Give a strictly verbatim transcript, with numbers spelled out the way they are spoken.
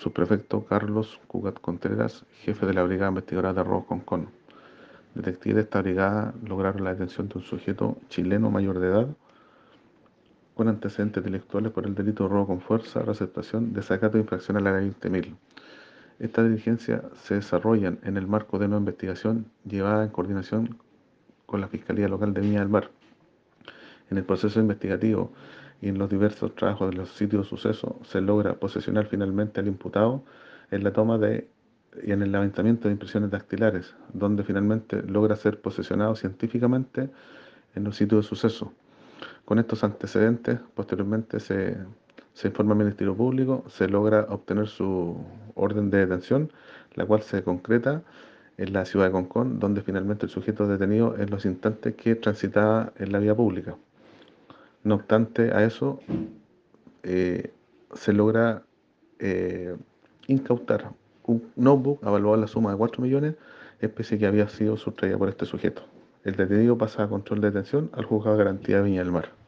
subprefecto Carlos Cugat Contreras, jefe de la Brigada Investigadora de Robos Concón. Detectives de esta brigada lograron la detención de un sujeto chileno mayor de edad con antecedentes intelectuales por el delito de robo con fuerza, receptación, desacato e infracción a la ley veinte mil. Estas diligencias se desarrollan en el marco de una investigación llevada en coordinación con la Fiscalía Local de Viña del Mar. En el proceso investigativo y en los diversos trabajos de los sitios de suceso se logra posesionar finalmente al imputado en la toma de y en el levantamiento de impresiones dactilares, donde finalmente logra ser posesionado científicamente en los sitios de suceso. Con estos antecedentes, posteriormente se, se informa al Ministerio Público, se logra obtener su orden de detención, la cual se concreta en la ciudad de Concón, donde finalmente el sujeto es detenido en los instantes que transitaba en la vía pública. No obstante a eso, eh, se logra eh, incautar un notebook avaluado en la suma de cuatro millones, especie que había sido sustraída por este sujeto. El detenido pasa a control de detención al juzgado de garantía de Viña del Mar.